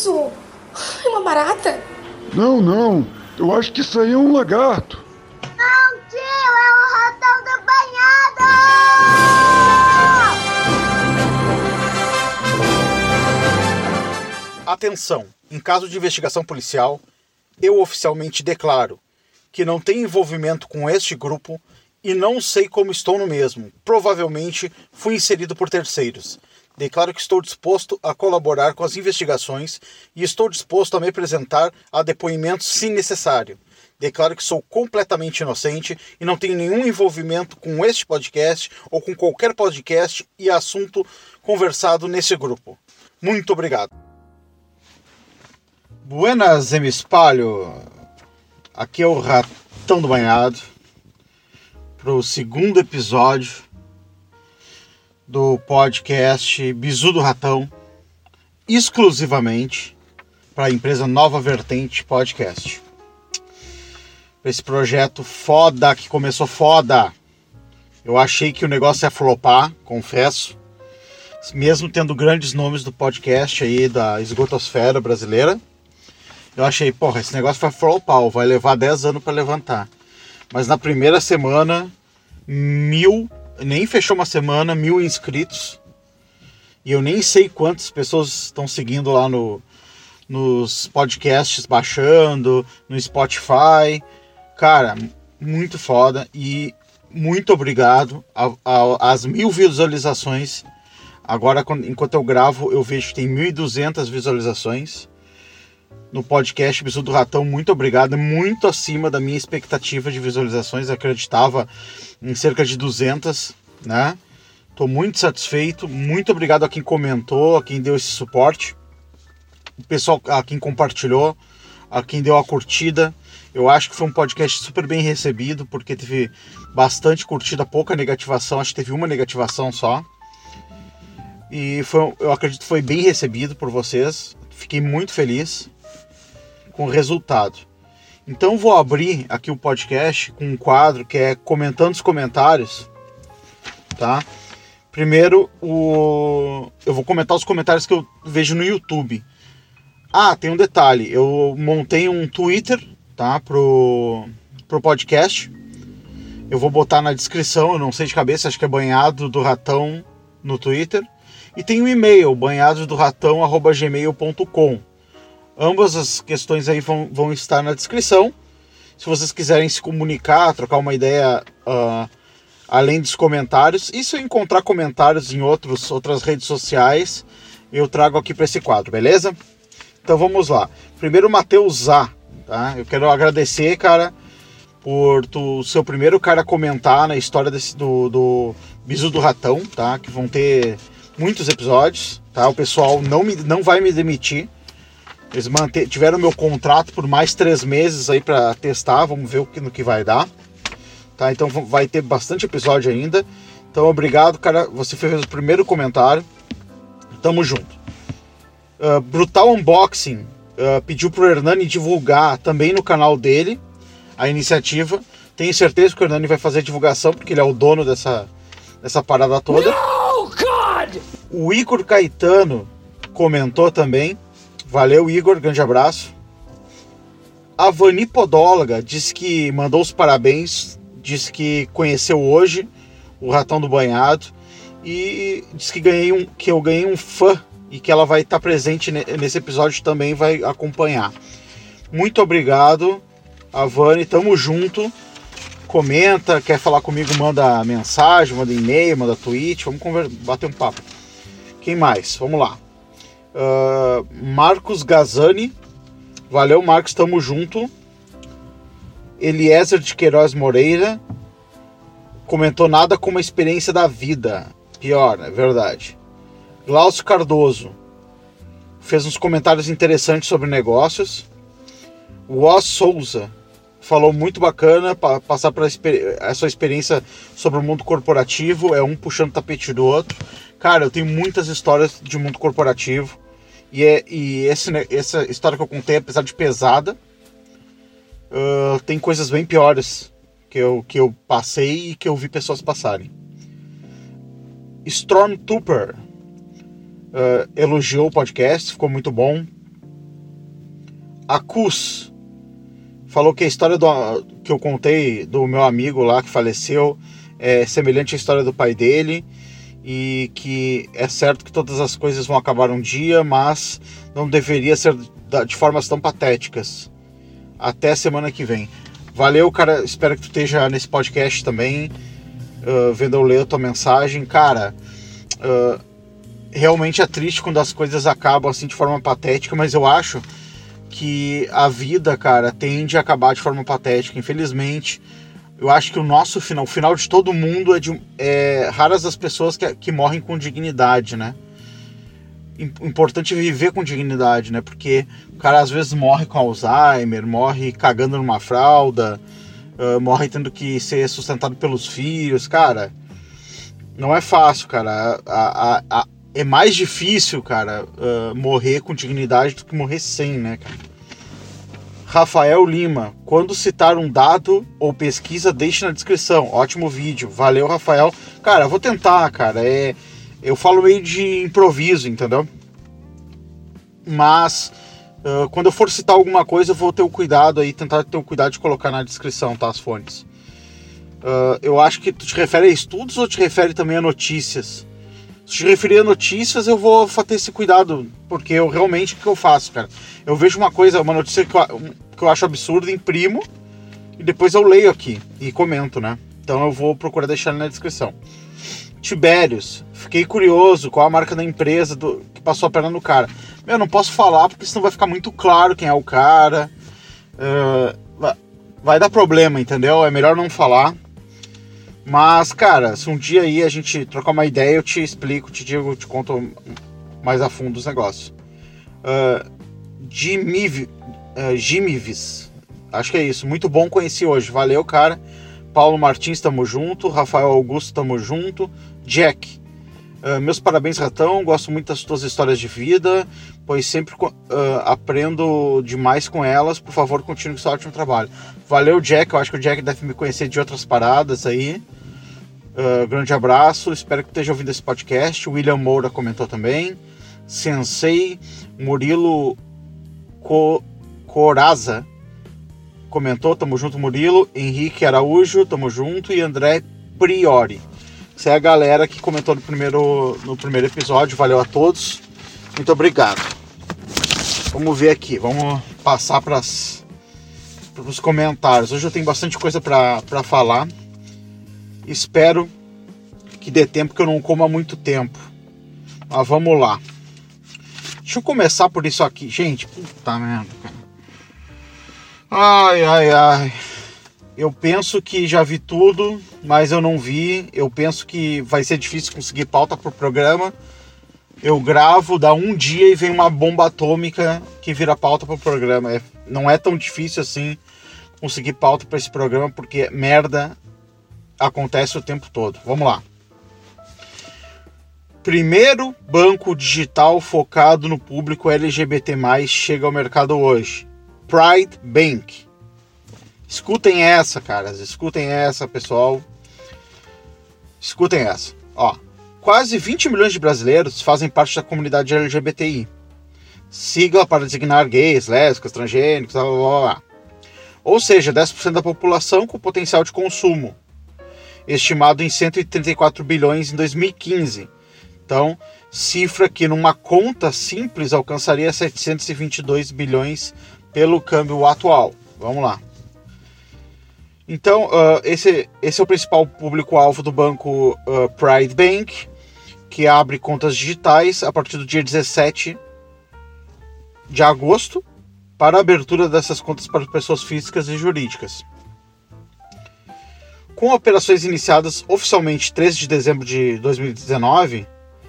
isso? É uma barata? Não. Eu acho que isso aí é um lagarto. Não, tio, é o ratão do banhado! Atenção! Em caso de investigação policial, eu oficialmente declaro que não tenho envolvimento com este grupo e não sei como estou no mesmo. Provavelmente fui inserido por terceiros. Declaro que estou disposto a colaborar com as investigações e estou disposto a me apresentar a depoimentos se necessário. Declaro que sou completamente inocente e não tenho nenhum envolvimento com este podcast ou com qualquer podcast e assunto conversado nesse grupo. Muito obrigado. Buenas, me espalho. Aqui é o Ratão do Banhado para o segundo episódio do podcast Bizu do Ratão, exclusivamente para a empresa Nova Vertente Podcast. Esse projeto foda, que começou foda. Eu achei que o negócio ia flopar, confesso. Mesmo tendo grandes nomes do podcast aí da esgotosfera brasileira. Eu achei, porra, esse negócio vai flopar, vai levar 10 anos para levantar. Mas na primeira semana, nem fechou uma semana, 1.000 inscritos. E eu nem sei quantas pessoas estão seguindo lá nos podcasts, baixando, no Spotify. Cara, muito foda. E muito obrigado às 1.000 visualizações. Agora, enquanto eu gravo, eu vejo que tem 1.200 visualizações no podcast Bizu do Ratão. Muito obrigado, muito acima da minha expectativa de visualizações. Eu acreditava em cerca de 200, né? Tô muito satisfeito, muito obrigado a quem comentou, a quem deu esse suporte, o pessoal, a quem compartilhou, a quem deu a curtida. Eu acho que foi um podcast super bem recebido, porque teve bastante curtida, pouca negativação, acho que teve uma negativação só. E eu acredito que foi bem recebido por vocês, fiquei muito feliz com o resultado. Então vou abrir aqui o podcast com um quadro que é comentando os comentários, tá? Primeiro, eu vou comentar os comentários que eu vejo no YouTube. Ah, tem um detalhe, eu montei um Twitter, tá, pro podcast. Eu vou botar na descrição, eu não sei de cabeça, acho que é Banhado do Ratão no Twitter. E tem um e-mail, banhadodoratão@gmail.com. Ambas as questões aí vão estar na descrição. Se vocês quiserem se comunicar, trocar uma ideia além dos comentários. E se eu encontrar comentários em outras redes sociais, eu trago aqui para esse quadro, beleza? Então vamos lá. Primeiro o Matheus Zá, tá? Eu quero agradecer, cara, por tu ser o primeiro cara a comentar na história do Bizu do Ratão, tá? Que vão ter muitos episódios, tá? O pessoal não vai me demitir. Eles tiveram meu contrato por mais 3 meses aí para testar, vamos ver no que vai dar. Tá? Então vai ter bastante episódio ainda. Então obrigado, cara, você fez o primeiro comentário. Tamo junto. Brutal Unboxing pediu pro Hernani divulgar também no canal dele a iniciativa. Tenho certeza que o Hernani vai fazer a divulgação, porque ele é o dono dessa parada toda. No, God! O Igor Caetano comentou também. Valeu, Igor, grande abraço. A Vani Podóloga disse que mandou os parabéns, disse que conheceu hoje o Ratão do Banhado e disse que eu ganhei um fã e que ela vai estar presente nesse episódio também, vai acompanhar. Muito obrigado, a Vani, tamo junto. Comenta, quer falar comigo, manda mensagem, manda e-mail, manda tweet, vamos bater um papo. Quem mais? Vamos lá. Marcos Gazani, valeu Marcos, tamo junto. Eliezer de Queiroz Moreira comentou: nada como a experiência da vida. Pior, é verdade. Glaucio Cardoso fez uns comentários interessantes sobre negócios. O Oz Souza falou muito bacana, passar por essa experiência sobre o mundo corporativo, é um puxando o tapete do outro. Cara, eu tenho muitas histórias de mundo corporativo e essa história que eu contei, apesar de pesada, tem coisas bem piores que eu passei e que eu vi pessoas passarem. Stormtrooper elogiou o podcast, ficou muito bom. A Cus falou que a história que eu contei do meu amigo lá que faleceu é semelhante à história do pai dele e que é certo que todas as coisas vão acabar um dia, mas não deveria ser de formas tão patéticas. Até semana que vem. Valeu, cara. Espero que tu esteja nesse podcast também, vendo eu ler a tua mensagem. Cara, realmente é triste quando as coisas acabam assim de forma patética, mas eu acho que a vida, cara, tende a acabar de forma patética, infelizmente. Eu acho que o nosso final, o final de todo mundo é raras as pessoas que morrem com dignidade, né? Importante viver com dignidade, né? Porque o cara às vezes morre com Alzheimer, morre cagando numa fralda, morre tendo que ser sustentado pelos filhos, cara. Não é fácil, cara. É mais difícil, cara, morrer com dignidade do que morrer sem, né, cara? Rafael Lima, quando citar um dado ou pesquisa, deixe na descrição. Ótimo vídeo. Valeu, Rafael. Cara, eu vou tentar, cara. Eu falo meio de improviso, entendeu? Mas quando eu for citar alguma coisa, eu vou ter o cuidado aí, tentar ter o cuidado de colocar na descrição, tá, as fontes. Eu acho que tu te refere a estudos ou te refere também a notícias? Se te referir a notícias, eu vou ter esse cuidado, porque eu realmente, o que eu faço, cara? Eu vejo uma notícia que eu acho absurda, imprimo, e depois eu leio aqui e comento, né? Então eu vou procurar deixar na descrição. Tibérios, fiquei curioso, qual a marca da empresa que passou a perna no cara? Eu não posso falar, porque senão vai ficar muito claro quem é o cara. Vai dar problema, entendeu? É melhor não falar. Mas, cara, se um dia aí a gente trocar uma ideia, eu te explico, te digo, te conto mais a fundo os negócios. Gimivis, acho que é isso. Muito bom, conheci hoje. Valeu, cara. Paulo Martins, tamo junto. Rafael Augusto, tamo junto. Jack, meus parabéns, Ratão. Gosto muito das tuas histórias de vida, pois sempre aprendo demais com elas. Por favor, continue com esse ótimo trabalho. Valeu, Jack. Eu acho que o Jack deve me conhecer de outras paradas aí. Grande abraço. Espero que esteja ouvindo esse podcast. William Moura comentou também. Sensei Murilo Coraza comentou. Tamo junto, Murilo. Henrique Araújo, tamo junto. E André Priori. Essa é a galera que comentou no primeiro episódio. Valeu a todos. Muito obrigado. Vamos ver aqui. Vamos passar para os comentários. Hoje eu tenho bastante coisa para falar. Espero que dê tempo, que eu não como há muito tempo. Mas vamos lá. Deixa eu começar por isso aqui. Gente, puta merda, cara. Ai. Eu penso que já vi tudo, mas eu não vi. Eu penso que vai ser difícil conseguir pauta pro programa. Eu gravo, dá um dia e vem uma bomba atômica que vira pauta pro programa. Não é tão difícil assim conseguir pauta para esse programa, porque merda acontece o tempo todo. Vamos lá. Primeiro banco digital focado no público LGBT+, chega ao mercado hoje. Pride Bank. Escutem essa, caras. Escutem essa, pessoal. Escutem essa. Ó, quase 20 milhões de brasileiros fazem parte da comunidade LGBTI. Sigla para designar gays, lésbicas, transgênicos, blá, blá, blá. Ou seja, 10% da população com potencial de consumo, estimado em 134 bilhões em 2015. Então, cifra que numa conta simples alcançaria 722 bilhões pelo câmbio atual. Vamos lá. Então, esse é o principal público-alvo do banco Pride Bank, que abre contas digitais a partir do dia 17 de agosto para a abertura dessas contas para pessoas físicas e jurídicas. Com operações iniciadas oficialmente 13 de dezembro de 2019,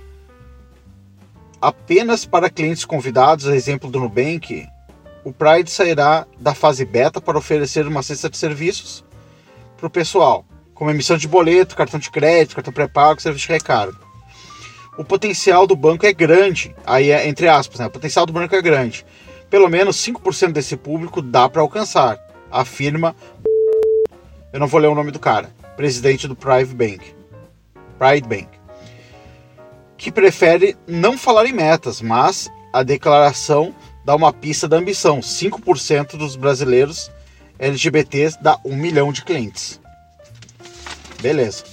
apenas para clientes convidados, a exemplo do Nubank, o Pride sairá da fase beta para oferecer uma cesta de serviços para o pessoal, como emissão de boleto, cartão de crédito, cartão pré-pago, serviço de recarga. O potencial do banco é grande, aí é entre aspas, né? O potencial do banco é grande. Pelo menos 5% desse público dá para alcançar, afirma, eu não vou ler o nome do cara, presidente do Pride Bank, que prefere não falar em metas, mas a declaração dá uma pista da ambição. 5% dos brasileiros LGBTs dá 1 milhão de clientes. Beleza.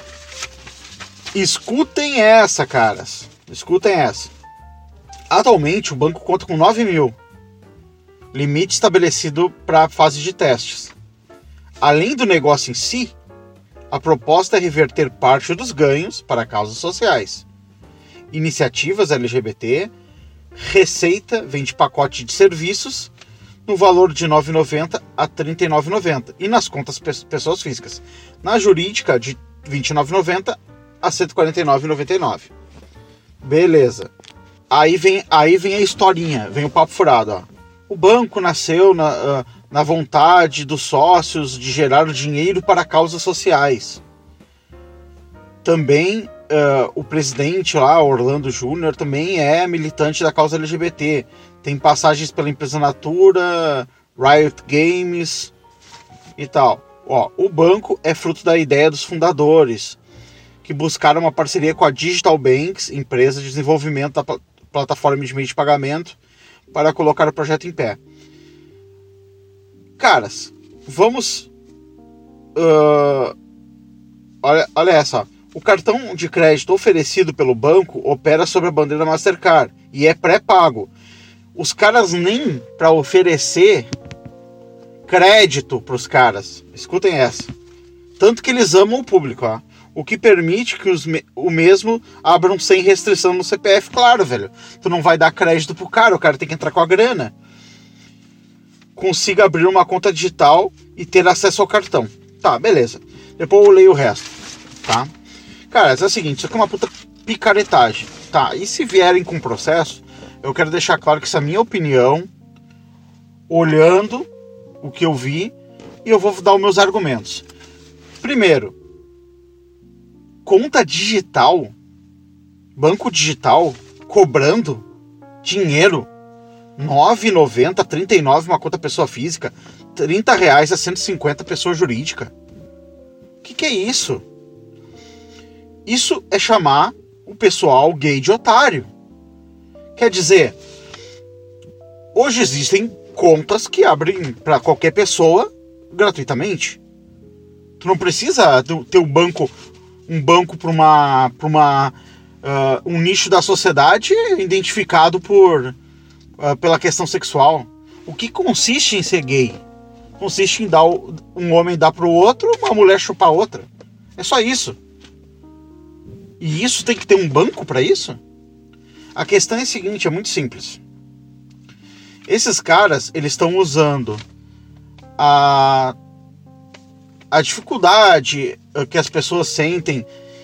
Escutem essa, caras. Escutem essa. Atualmente, o banco conta com 9 mil. Limite estabelecido para a fase de testes. Além do negócio em si, a proposta é reverter parte dos ganhos para causas sociais. Iniciativas LGBT, Receita vende pacote de serviços no valor de R$ 9,90 a R$ 39,90 e nas contas pessoas físicas. Na jurídica, de R$ 29,90 a R$ 149,99. Beleza. Aí vem a historinha, vem o papo furado. Ó. O banco nasceu na vontade dos sócios de gerar dinheiro para causas sociais. Também o presidente lá, Orlando Júnior, também é militante da causa LGBT. Tem passagens pela empresa Natura, Riot Games e tal. Ó, o banco é fruto da ideia dos fundadores, que buscaram uma parceria com a Digital Banks, empresa de desenvolvimento da plataforma de meio de pagamento, para colocar o projeto em pé. Caras, vamos... olha essa. O cartão de crédito oferecido pelo banco opera sob a bandeira Mastercard e é pré-pago. Os caras nem para oferecer crédito para os caras. Escutem essa. Tanto que eles amam o público, ó. O que permite que o mesmo abram sem restrição no CPF. Claro, velho. Tu não vai dar crédito pro cara, o cara tem que entrar com a grana. Consiga abrir uma conta digital e ter acesso ao cartão. Tá, beleza. Depois eu leio o resto, tá? Cara, é o seguinte, isso aqui é uma puta picaretagem, tá? E se vierem com processo, eu quero deixar claro que essa é a minha opinião, olhando o que eu vi, e eu vou dar os meus argumentos. Primeiro, conta digital, banco digital, cobrando dinheiro, R$ 9,90, R$ 39 uma conta pessoa física, R$ 30 a 150 pessoa jurídica. O que é isso? Isso é chamar o pessoal gay de otário. Quer dizer, hoje existem contas que abrem para qualquer pessoa gratuitamente. Tu não precisa ter um banco para um nicho da sociedade identificado pela questão sexual. O que consiste em ser gay? Consiste em dar um homem dar para o outro, uma mulher chupar a outra. É só isso. E isso tem que ter um banco para isso? A questão é a seguinte, é muito simples. Esses caras, eles estão usando a dificuldade que as pessoas sentem,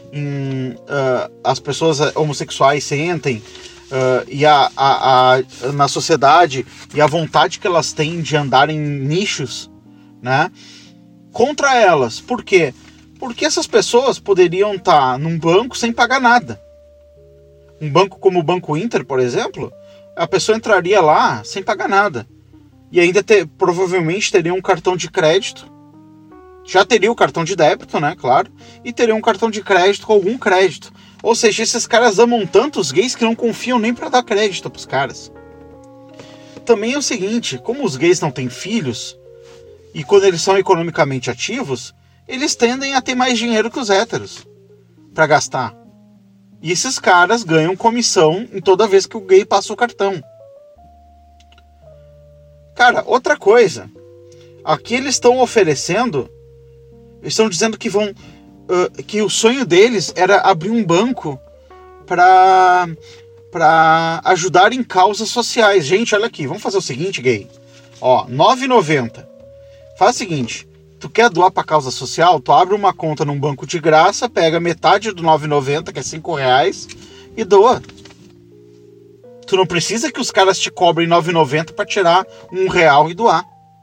as pessoas homossexuais sentem, e na sociedade, e a vontade que elas têm de andar em nichos, né, contra elas. Por quê? Porque essas pessoas poderiam estar num banco sem pagar nada. Um banco como o Banco Inter, por exemplo, a pessoa entraria lá sem pagar nada. E ainda provavelmente teria um cartão de crédito. Já teria o cartão de débito, né, claro. E teria um cartão de crédito com algum crédito. Ou seja, esses caras amam tanto os gays que não confiam nem para dar crédito pros caras. Também é o seguinte, como os gays não têm filhos, e quando eles são economicamente ativos, eles tendem a ter mais dinheiro que os héteros para gastar. E esses caras ganham comissão em toda vez que o gay passa o cartão. Cara, outra coisa. Aqui eles estão oferecendo, eles estão dizendo que que o sonho deles era abrir um banco para ajudar em causas sociais. Gente, olha aqui, vamos fazer o seguinte, gay. Ó, R$ 9,90. Faz o seguinte, tu quer doar pra causa social, tu abre uma conta num banco de graça, pega metade do R$ 9,90, que é R$5, e doa. Tu não precisa que os caras te cobrem R$ 9,90 pra tirar R$1 e doar.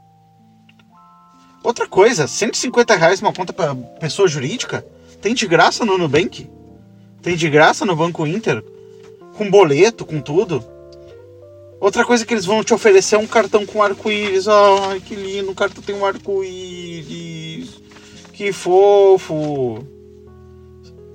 Outra coisa, R$150 uma conta pra pessoa jurídica, tem de graça no Nubank, tem de graça no Banco Inter, com boleto, com tudo. Outra coisa que eles vão te oferecer é um cartão com arco-íris. Ai, que lindo, o cartão tem um arco-íris. Que fofo.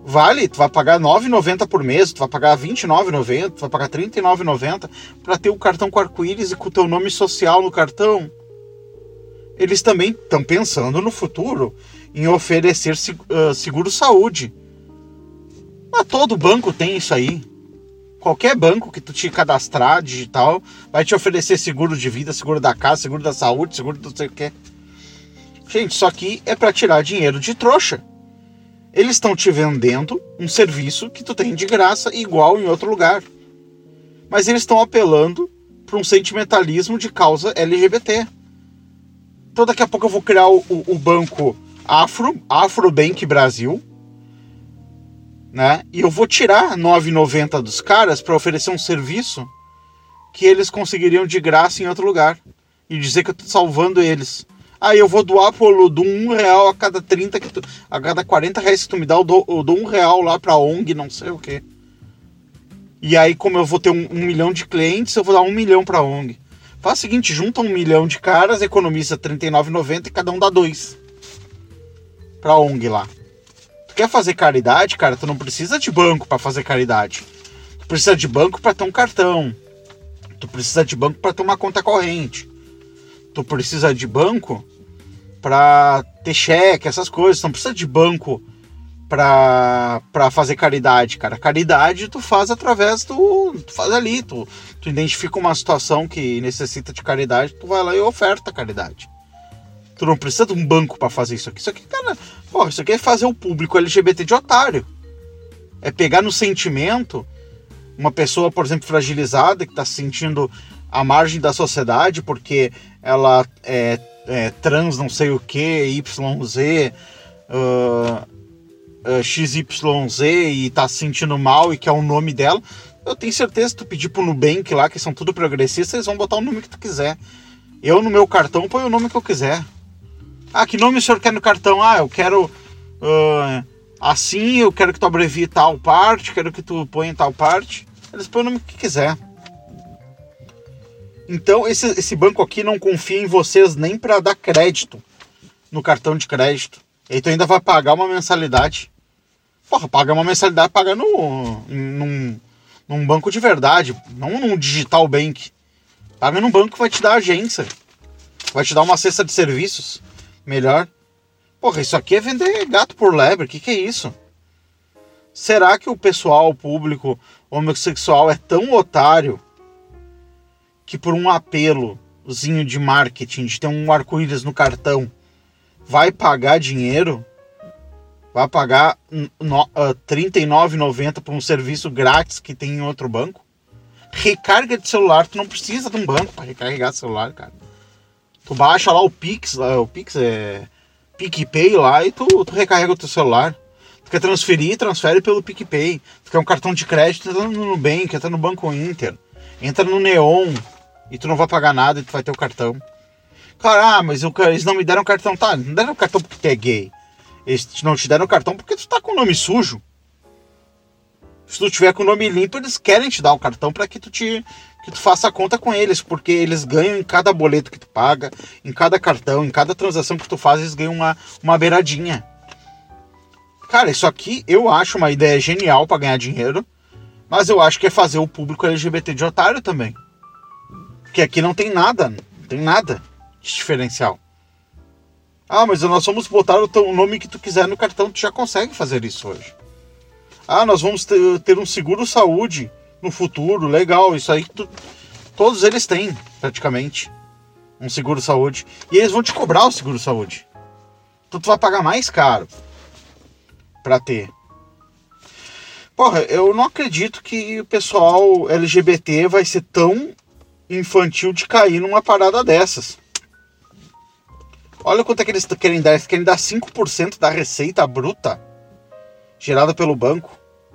vale, tu vai pagar R$ 9,90 por mês, tu vai pagar R$ 29,90, tu vai pagar R$ 39,90 para ter o cartão com arco-íris e com o teu nome social no cartão. Eles também estão pensando no futuro em oferecer seguro-saúde. Mas todo banco tem isso aí. Qualquer banco que tu te cadastrar digital vai te oferecer seguro de vida, seguro da casa, seguro da saúde, seguro do não sei o quê. Gente, isso aqui é para tirar dinheiro de trouxa. Eles estão te vendendo um serviço que tu tem de graça igual em outro lugar. Mas eles estão apelando para um sentimentalismo de causa LGBT. Então daqui a pouco eu vou criar o banco Afrobank Brasil, né? E eu vou tirar R$ 9,90 dos caras para oferecer um serviço que eles conseguiriam de graça em outro lugar. E dizer que eu tô salvando eles. Aí eu vou doar do R$1 a cada 30, a cada R$40 que tu me dá, eu dou R$1 lá pra ONG, não sei o quê. E aí, como eu vou ter 1 milhão de clientes, eu vou dar 1 milhão pra ONG. Faz o seguinte, junta 1 milhão de caras, economiza R$39,90 e cada um dá 2 pra ONG lá. Tu quer fazer caridade, cara? Tu não precisa de banco pra fazer caridade. Tu precisa de banco pra ter um cartão. Tu precisa de banco pra ter uma conta corrente. Tu precisa de banco pra ter cheque, essas coisas. Tu não precisa de banco pra fazer caridade, cara. Caridade tu faz através tu faz ali. Tu identifica uma situação que necessita de caridade, tu vai lá e oferta caridade. Tu não precisa de um banco pra fazer isso aqui. Isso aqui, cara, porra, isso aqui é fazer o público LGBT de otário. É pegar no sentimento uma pessoa, por exemplo, fragilizada, que tá se sentindo à margem da sociedade porque ela é trans não sei o que, YZ, XYZ e tá se sentindo mal e quer o nome dela. Eu tenho certeza que tu pedir pro Nubank lá, que são tudo progressistas, eles vão botar o nome que tu quiser. Eu no meu cartão ponho o nome que eu quiser. Ah, que nome o senhor quer no cartão? Ah, eu quero assim, eu quero que tu abrevie tal parte, quero que tu ponha tal parte. Eles põem o nome que quiser. Então esse banco aqui não confia em vocês nem para dar crédito no cartão de crédito. E aí tu ainda vai pagar uma mensalidade. Porra, paga uma mensalidade, paga num banco de verdade, não num digital bank. Paga num banco que vai te dar agência. Vai te dar uma cesta de serviços melhor. Porra, isso aqui é vender gato por lebre. O que é isso? Será que o pessoal, o público homossexual é tão otário que por um apelozinho de marketing, de ter um arco-íris no cartão, vai pagar dinheiro? Vai pagar R$39,90 por um serviço grátis que tem em outro banco? Recarga de celular, tu não precisa de um banco para recarregar celular, cara. Tu baixa lá o Pix é PicPay lá e tu recarrega o teu celular. Tu quer transferir, transfere pelo PicPay. Tu quer um cartão de crédito, entra no Nubank, entra no Banco Inter, entra no Neon e tu não vai pagar nada e tu vai ter o cartão. Cara, mas eles não me deram cartão. Tá, não deram cartão porque tu é gay. Eles não te deram cartão porque tu tá com o nome sujo. Se tu tiver com o nome limpo, eles querem te dar o cartão para que tu faça a conta com eles, porque eles ganham em cada boleto que tu paga, em cada cartão, em cada transação que tu faz, eles ganham uma beiradinha. Cara, isso aqui eu acho uma ideia genial para ganhar dinheiro, mas eu acho que é fazer o público LGBT de otário também. Porque aqui não tem nada de diferencial. Ah, mas nós vamos botar o nome que tu quiser no cartão, tu já consegue fazer isso hoje. Ah, nós vamos ter um seguro-saúde no futuro, legal, isso aí todos eles têm, praticamente, um seguro-saúde. E eles vão te cobrar o seguro-saúde. Então tu vai pagar mais caro pra ter. Porra, eu não acredito que o pessoal LGBT vai ser tão infantil de cair numa parada dessas. Olha quanto é que eles querem dar. Eles querem dar 5% da receita bruta gerada pelo banco.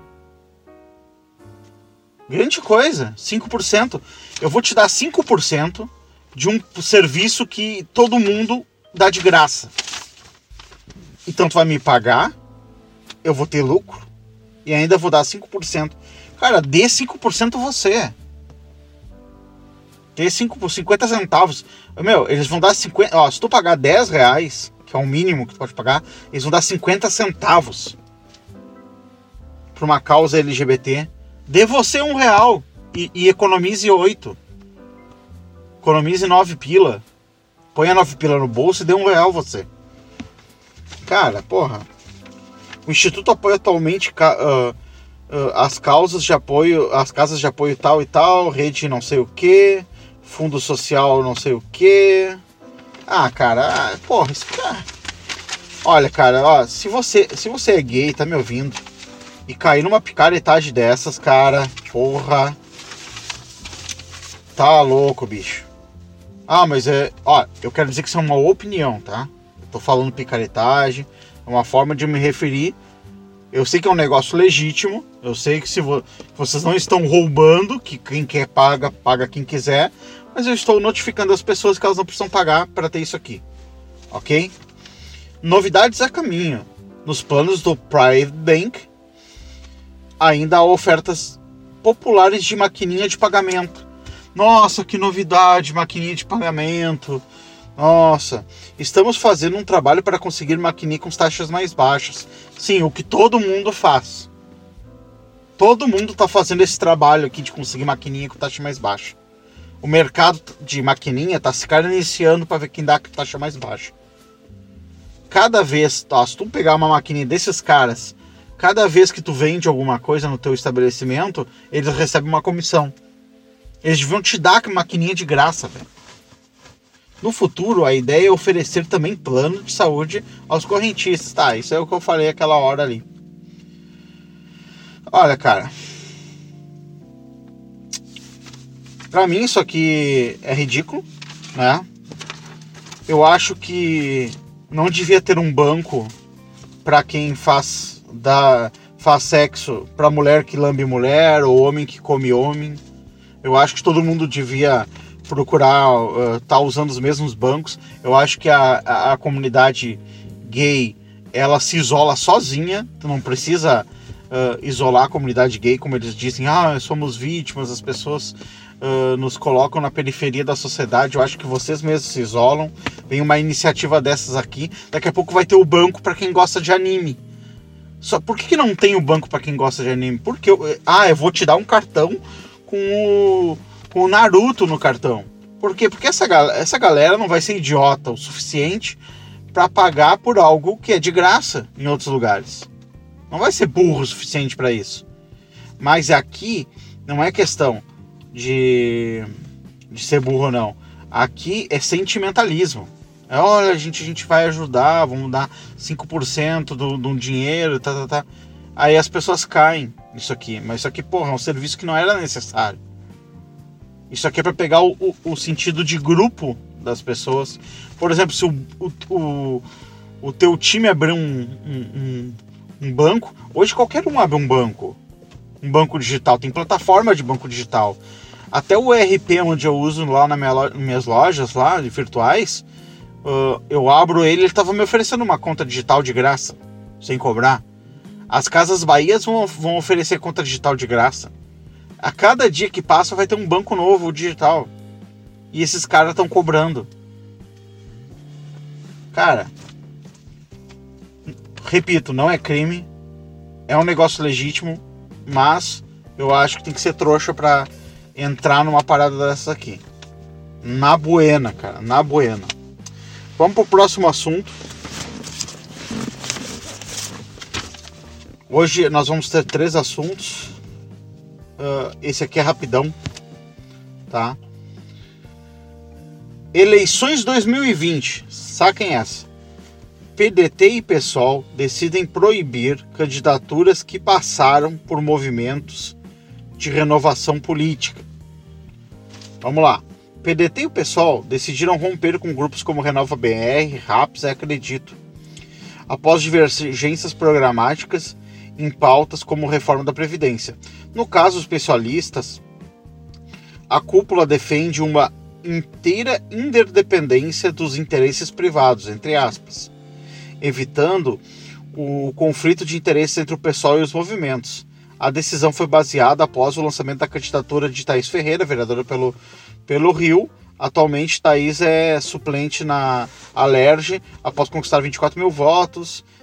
Grande coisa, 5%. Eu vou te dar 5% de um serviço que todo mundo dá de graça. Então tu vai me pagar, eu vou ter lucro e ainda vou dar 5%. Cara, dê 5% você. Dê 50 centavos. Meu, eles vão dar 50... Ó, se tu pagar R$10, que é o mínimo que tu pode pagar, eles vão dar 50 centavos. para uma causa LGBT, dê você R$1 e economize 8. Economize 9 pila. Ponha 9 pila no bolso e dê R$1 você. Cara, porra. O Instituto apoia atualmente as causas de apoio, as casas de apoio tal e tal, rede não sei o que, fundo social não sei o que. Ah, cara, porra, isso cara. Olha, cara, ó, se você é gay, tá me ouvindo, e cair numa picaretagem dessas, cara, porra, tá louco, bicho. Ah, mas eu quero dizer que isso é uma opinião, tá? Eu tô falando picaretagem, é uma forma de me referir. Eu sei que é um negócio legítimo, eu sei que vocês não estão roubando, que quem quer paga quem quiser, mas eu estou notificando as pessoas que elas não precisam pagar para ter isso aqui, ok? Novidades a caminho. Nos planos do Private Bank, ainda há ofertas populares de maquininha de pagamento. Nossa, que novidade, maquininha de pagamento. Nossa, estamos fazendo um trabalho para conseguir maquininha com taxas mais baixas. Sim, o que todo mundo faz. Todo mundo está fazendo esse trabalho aqui de conseguir maquininha com taxa mais baixa. O mercado de maquininha está se iniciando para ver quem dá a taxa mais baixa. Cada vez, se tu pegar uma maquininha desses caras, cada vez que tu vende alguma coisa no teu estabelecimento, eles recebem uma comissão. Eles deviam te dar a maquininha de graça, velho. No futuro, a ideia é oferecer também plano de saúde aos correntistas. Tá, isso é o que eu falei aquela hora ali. Olha, cara. Pra mim, isso aqui é ridículo, né? Eu acho que não devia ter um banco pra quem faz sexo, pra mulher que lambe mulher ou homem que come homem. Eu acho que todo mundo devia procurar tá usando os mesmos bancos. Eu acho que a comunidade gay, ela se isola sozinha. Tu não precisa isolar a comunidade gay, como eles dizem, somos vítimas, as pessoas nos colocam na periferia da sociedade. Eu acho que vocês mesmos se isolam. Vem uma iniciativa dessas aqui, daqui a pouco vai ter o banco para quem gosta de anime. Só por que não tem o banco para quem gosta de anime? Porque eu vou te dar um cartão com o Naruto no cartão. Por quê? Porque essa galera não vai ser idiota o suficiente para pagar por algo que é de graça em outros lugares. Não vai ser burro o suficiente para isso. Mas aqui não é questão de ser burro, não. Aqui é sentimentalismo. Olha, a gente vai ajudar, vamos dar 5% do dinheiro, tá. Aí as pessoas caem nisso aqui. Mas isso aqui, porra, é um serviço que não era necessário. Isso aqui é para pegar o sentido de grupo das pessoas. Por exemplo, se o teu time abrir um banco, hoje qualquer um abre um banco digital, tem plataforma de banco digital. Até o ERP onde eu uso lá nas minhas lojas lá, virtuais, eu abro ele estava me oferecendo uma conta digital de graça, sem cobrar. As Casas Bahias vão oferecer conta digital de graça. A cada dia que passa vai ter um banco novo digital. E esses caras estão cobrando. Cara, repito, não é crime. É um negócio legítimo. Mas eu acho que tem que ser trouxa pra entrar numa parada dessa aqui. Na buena, cara. Na buena. Vamos pro próximo assunto. Hoje nós vamos ter 3 assuntos. Esse aqui é rapidão, tá? Eleições 2020, saquem essa. PDT e PSOL decidem proibir candidaturas que passaram por movimentos de renovação política. Vamos lá. PDT e o PSOL decidiram romper com grupos como Renova BR, RAPS e Acredito, após divergências programáticas em pautas como reforma da Previdência. No caso, os especialistas, a cúpula defende uma inteira interdependência dos interesses privados, entre aspas, evitando o conflito de interesses entre o PSOL e os movimentos. A decisão foi baseada após o lançamento da candidatura de Thaís Ferreira, vereadora pelo Rio. Atualmente, Thaís é suplente na Alerj, após conquistar 24 mil votos.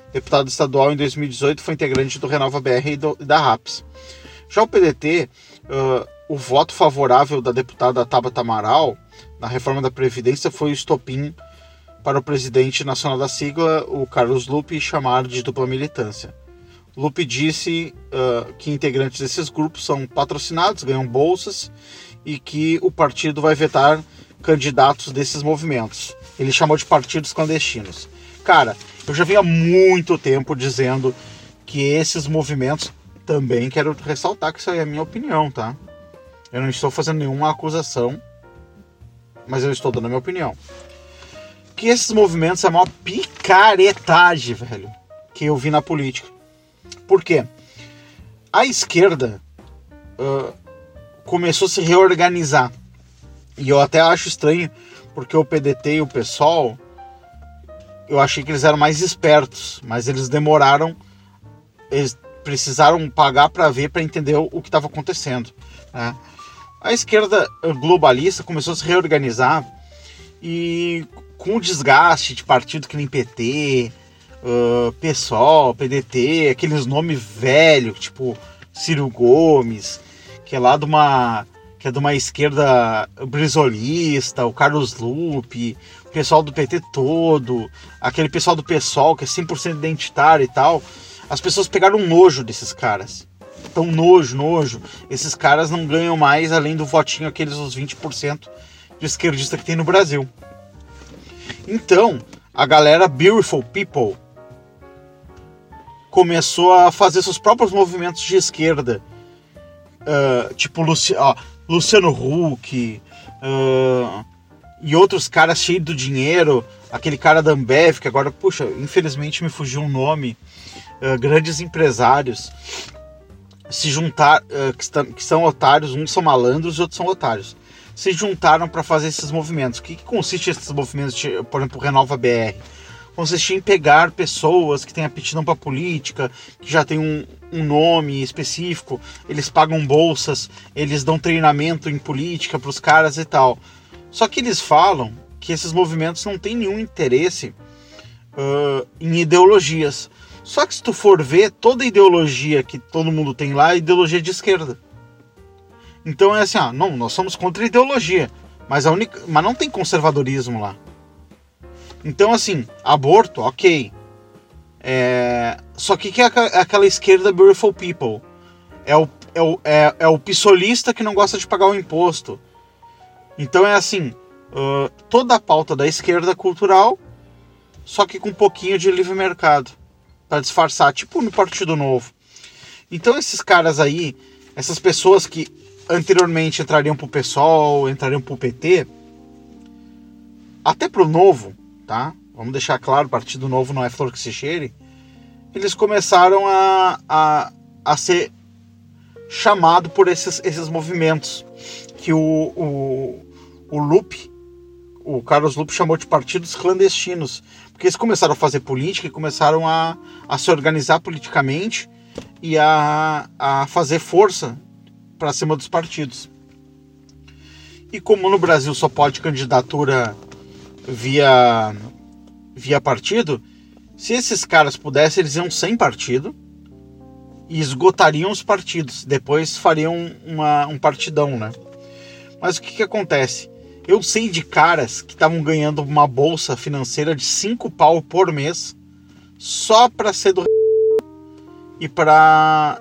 deputado estadual em 2018, foi integrante do Renova BR e da RAPS. Já o PDT, o voto favorável da deputada Tabata Amaral na reforma da Previdência foi o estopim para o presidente nacional da sigla, o Carlos Lupe, chamar de dupla militância. Lupe disse que integrantes desses grupos são patrocinados, ganham bolsas e que o partido vai vetar candidatos desses movimentos. Ele chamou de partidos clandestinos. Cara, eu já vinha há muito tempo dizendo que esses movimentos, também quero ressaltar que isso aí é a minha opinião, tá? Eu não estou fazendo nenhuma acusação, mas eu estou dando a minha opinião. Que esses movimentos é a maior picaretagem, velho, que eu vi na política. Por quê? A esquerda começou a se reorganizar. E eu até acho estranho, porque o PDT e o PSOL, eu achei que eles eram mais espertos, mas eles demoraram, eles precisaram pagar para ver, para entender o que estava acontecendo, né? A esquerda globalista começou a se reorganizar e com o desgaste de partido que nem PT, PSOL, PDT, aqueles nomes velhos, tipo Ciro Gomes, que é lá de uma esquerda brisolista, o Carlos Lupe, o pessoal do PT todo, aquele pessoal do PSOL que é 100% identitário e tal. As pessoas pegaram um nojo desses caras. Então, nojo. Esses caras não ganham mais, além do votinho, aqueles os 20% de esquerdista que tem no Brasil. Então, a galera Beautiful People começou a fazer seus próprios movimentos de esquerda. Tipo Luciano Huck e outros caras cheios do dinheiro. Aquele cara da Ambev, que agora, puxa, infelizmente me fugiu o nome. Grandes empresários se juntaram, que são otários, uns são malandros e outros são otários, se juntaram para fazer esses movimentos. O que consiste esses movimentos, por exemplo, o Renova BR? Consiste em pegar pessoas que têm aptidão para política, que já têm um nome específico, eles pagam bolsas, eles dão treinamento em política para os caras e tal. Só que eles falam que esses movimentos não têm nenhum interesse em ideologias. Só que se tu for ver, toda ideologia que todo mundo tem lá é ideologia de esquerda. Então é assim, não, nós somos contra a ideologia, mas não tem conservadorismo lá. Então assim, aborto, ok. Só que é aquela esquerda Beautiful People? É o pissolista que não gosta de pagar o imposto. Então é assim, toda a pauta da esquerda cultural, só que com um pouquinho de livre mercado, para disfarçar, tipo no Partido Novo. Então esses caras aí, essas pessoas que anteriormente entrariam pro PSOL, entrariam pro PT, até pro Novo, tá? Vamos deixar claro, o Partido Novo não é flor que se cheire. Eles começaram a ser chamado por esses movimentos que o Lupe, o Carlos Lupe, chamou de partidos clandestinos, porque eles começaram a fazer política e começaram a se organizar politicamente e a fazer força para cima dos partidos. E como no Brasil só pode candidatura via partido, se esses caras pudessem, eles iam sem partido e esgotariam os partidos, depois fariam um partidão, né? Mas o que acontece? Eu sei de caras que estavam ganhando uma bolsa financeira de 5 pau por mês só pra ser do e pra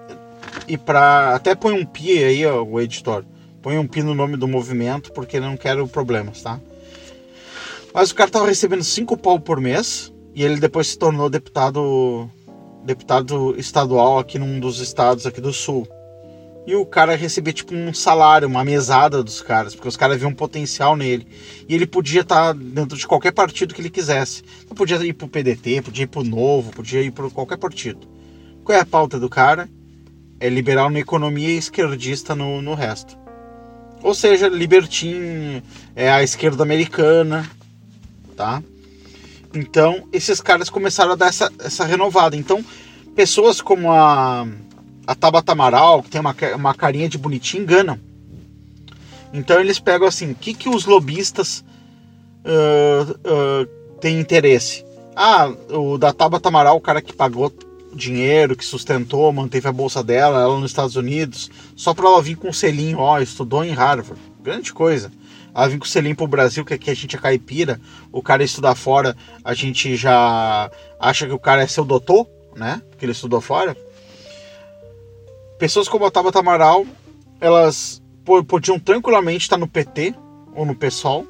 até põe um pi aí, ó, o editor. Põe um pi no nome do movimento, porque não quero problemas, tá? Mas o cara tava recebendo 5 pau por mês e ele depois se tornou deputado estadual aqui num dos estados aqui do sul. E o cara recebia tipo um salário, uma mesada dos caras, porque os caras viam um potencial nele. E ele podia estar dentro de qualquer partido que ele quisesse. Então podia ir pro PDT, podia ir pro Novo, podia ir pro qualquer partido. Qual é a pauta do cara? É liberal na economia e esquerdista no resto. Ou seja, libertinho, é a esquerda americana, tá? Então, esses caras começaram a dar essa renovada. Então, pessoas como a Tabata Amaral, que tem uma carinha de bonitinho, enganam. Então eles pegam assim, o que os lobistas têm interesse? O da Tabata Amaral, o cara que pagou dinheiro, que sustentou, manteve a bolsa dela, ela nos Estados Unidos, só pra ela vir com um selinho, estudou em Harvard, grande coisa. Ela vir com o selinho pro Brasil, que aqui a gente é caipira, o cara estudar fora, a gente já acha que o cara é seu doutor, né, que ele estudou fora. Pessoas como a Tabata Amaral, elas podiam tranquilamente estar no PT ou no PSOL.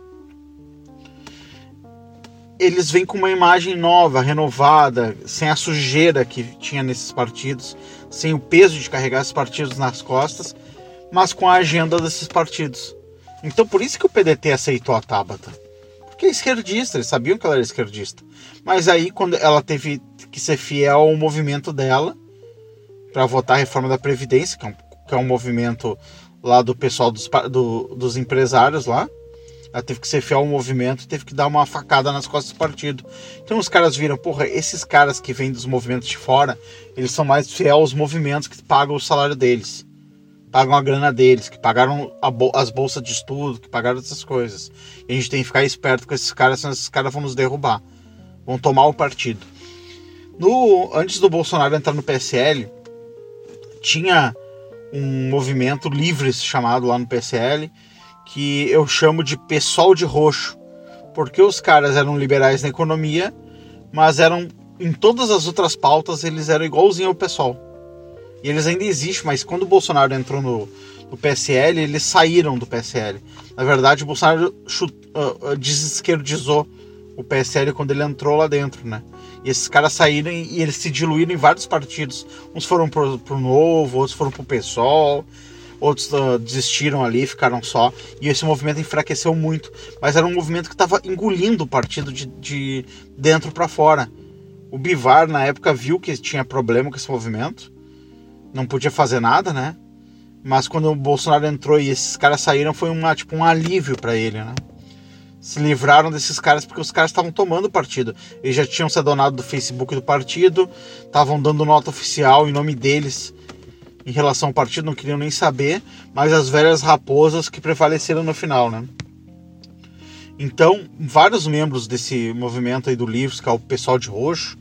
Eles vêm com uma imagem nova, renovada, sem a sujeira que tinha nesses partidos, sem o peso de carregar esses partidos nas costas, mas com a agenda desses partidos. Então por isso que o PDT aceitou a Tabata. Porque é esquerdista, eles sabiam que ela era esquerdista. Mas aí quando ela teve que ser fiel ao movimento dela, para votar a reforma da Previdência, que é um movimento lá do pessoal dos empresários lá, ela teve que ser fiel ao movimento, teve que dar uma facada nas costas do partido. Então os caras viram, esses caras que vêm dos movimentos de fora, eles são mais fiéis aos movimentos que pagam o salário deles, pagam a grana deles, que pagaram as bolsas de estudo, que pagaram essas coisas. E a gente tem que ficar esperto com esses caras, senão esses caras vão nos derrubar, vão tomar o partido. Antes do Bolsonaro entrar no PSL, tinha um movimento livres chamado lá no PSL, que eu chamo de PSOL de roxo, porque os caras eram liberais na economia, mas eram, em todas as outras pautas, eles eram igualzinho ao PSOL. E eles ainda existem, mas quando o Bolsonaro entrou no PSL, eles saíram do PSL. Na verdade, o Bolsonaro desesquerdizou o PSL quando ele entrou lá dentro, né? E esses caras saíram e eles se diluíram em vários partidos. Uns foram pro Novo, outros foram pro PSOL, outros desistiram ali, ficaram só. E esse movimento enfraqueceu muito. Mas era um movimento que estava engolindo o partido de dentro para fora. O Bivar, na época, viu que tinha problema com esse movimento. Não podia fazer nada, né? Mas quando o Bolsonaro entrou e esses caras saíram, foi um alívio para ele, né? Se livraram desses caras porque os caras estavam tomando o partido. Eles já tinham se adonado do Facebook do partido, estavam dando nota oficial em nome deles em relação ao partido, não queriam nem saber, mas as velhas raposas que prevaleceram no final, né? Então, vários membros desse movimento aí do Livros, que é o pessoal de roxo,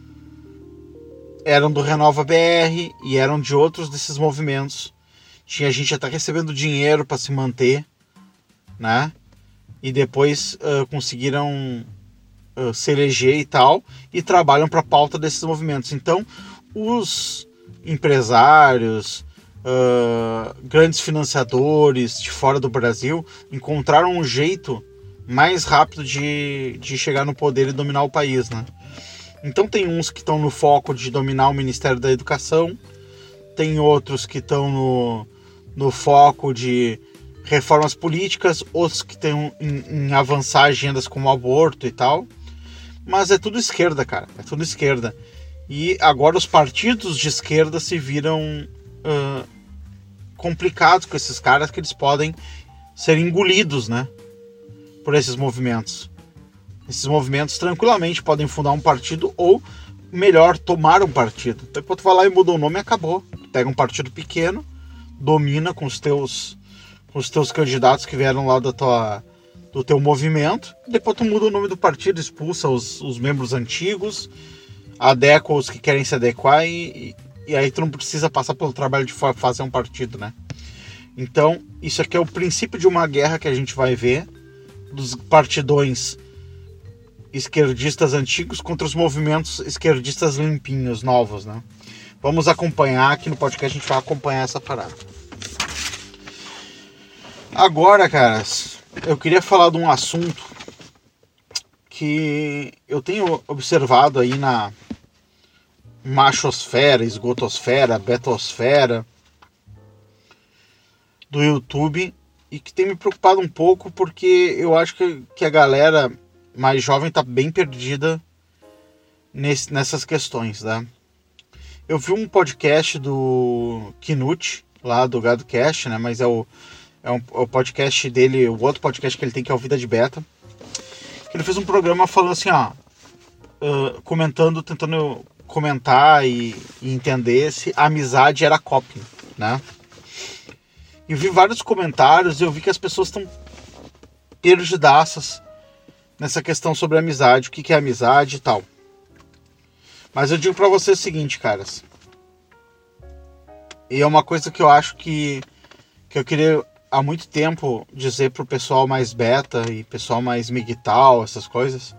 eram do Renova BR e eram de outros desses movimentos. Tinha gente até recebendo dinheiro para se manter, né? E depois conseguiram se eleger e tal, e trabalham para a pauta desses movimentos. Então, os empresários, grandes financiadores de fora do Brasil encontraram um jeito mais rápido de chegar no poder e dominar o país, né? Então tem uns que estão no foco de dominar o Ministério da Educação, tem outros que estão no foco de reformas políticas, outros que estão em avançar agendas como aborto e tal. Mas é tudo esquerda, cara, é tudo esquerda. E agora os partidos de esquerda se viram complicados com esses caras, que eles podem ser engolidos, né, por esses movimentos. Esses movimentos tranquilamente podem fundar um partido ou, melhor, tomar um partido. Depois tu vai lá e muda o nome e acabou. Tu pega um partido pequeno, domina com os teus candidatos que vieram lá do teu movimento, depois tu muda o nome do partido, expulsa os membros antigos, adequa os que querem se adequar e aí tu não precisa passar pelo trabalho de fazer um partido, né? Então, isso aqui é o princípio de uma guerra que a gente vai ver dos partidões esquerdistas antigos contra os movimentos esquerdistas limpinhos, novos, né? Vamos acompanhar aqui no podcast, a gente vai acompanhar essa parada. Agora, caras, eu queria falar de um assunto que eu tenho observado aí na machosfera, esgotosfera, betosfera do YouTube, e que tem me preocupado um pouco, porque eu acho que a galera mais jovem tá bem perdida nessas questões, né? Eu vi um podcast do Knut, lá do GadoCast, né? Mas é o podcast dele, o outro podcast que ele tem, que é o Vida de Beta. Ele fez um programa falando assim, tentando comentar e entender se a amizade era coping, né? E eu vi vários comentários e eu vi que as pessoas estão perdidaças nessa questão sobre a amizade, o que é amizade e tal. Mas eu digo pra vocês o seguinte, caras. E é uma coisa que eu acho que eu queria há muito tempo dizer pro pessoal mais beta e pessoal mais migtal, essas coisas.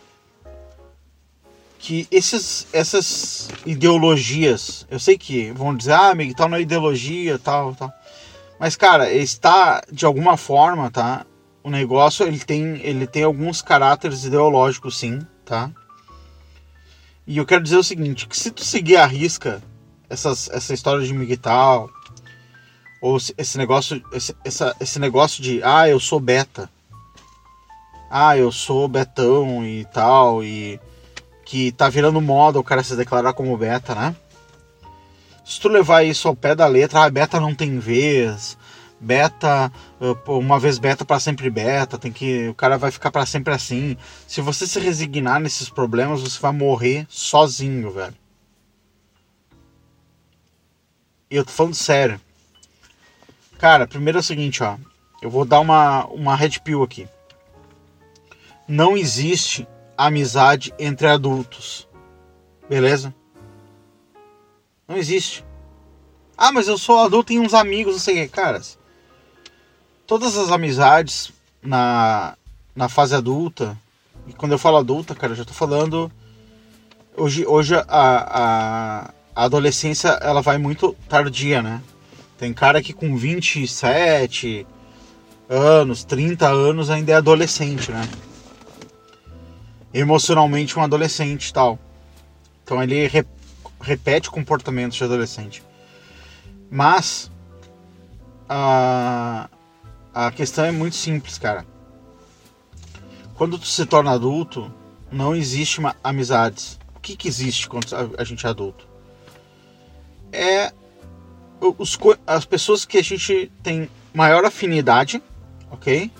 Que essas ideologias, eu sei que vão dizer, migtal não é ideologia, tal. Mas, cara, está, de alguma forma, tá? O negócio, ele tem alguns caráteres ideológicos, sim, tá? E eu quero dizer o seguinte, que se tu seguir à risca essa história de migtal, ou esse negócio de, eu sou beta, eu sou betão e tal, e que tá virando moda o cara se declarar como beta, né? Se tu levar isso ao pé da letra, beta não tem vez, beta, uma vez beta para sempre beta, o cara vai ficar para sempre assim. Se você se resignar nesses problemas, você vai morrer sozinho, velho. E eu tô falando sério. Cara, primeiro é o seguinte, ó. Eu vou dar uma red pill aqui. Não existe amizade entre adultos. Beleza? Não existe. Mas eu sou adulto e tenho uns amigos, não sei o que. Caras, todas as amizades na fase adulta, e quando eu falo adulta, cara, eu já tô falando... Hoje a adolescência, ela vai muito tardia, né? Tem cara que com 27 anos, 30 anos ainda é adolescente, né? Emocionalmente um adolescente e tal. Então ele repete comportamentos de adolescente. Mas a questão é muito simples, cara. Quando tu se torna adulto, não existe amizades. O que existe quando a gente é adulto? É as pessoas que a gente tem maior afinidade, ok?